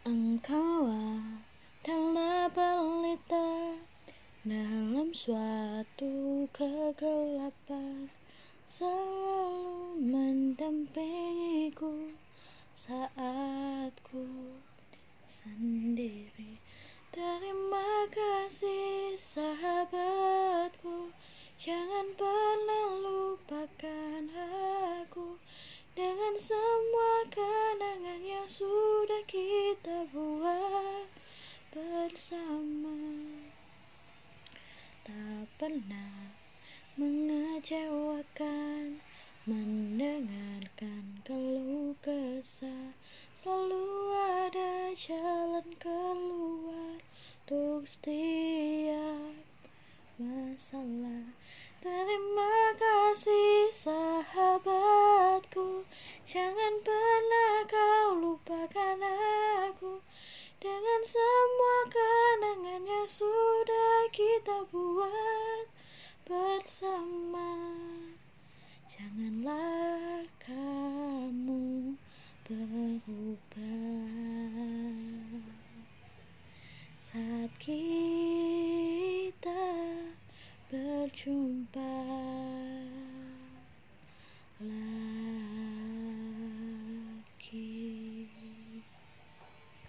Engkau adalah pelita dalam suatu kegelapan, selalu mendampingiku saat ku sendiri. Terima kasih sahabatku, jangan pernah lupakan aku. Dengan semua kenangan yang sudah kita buat bersama, tak pernah mengecewakan, mendengarkan keluh kesah, selalu ada jalan keluar untuk setiap masalah. Terima kasih sahabatku, jangan pernah kau lupakan aku. Dengan semua kenangan yang sudah kita buat bersama, janganlah kamu berubah. Saat kita berjumpa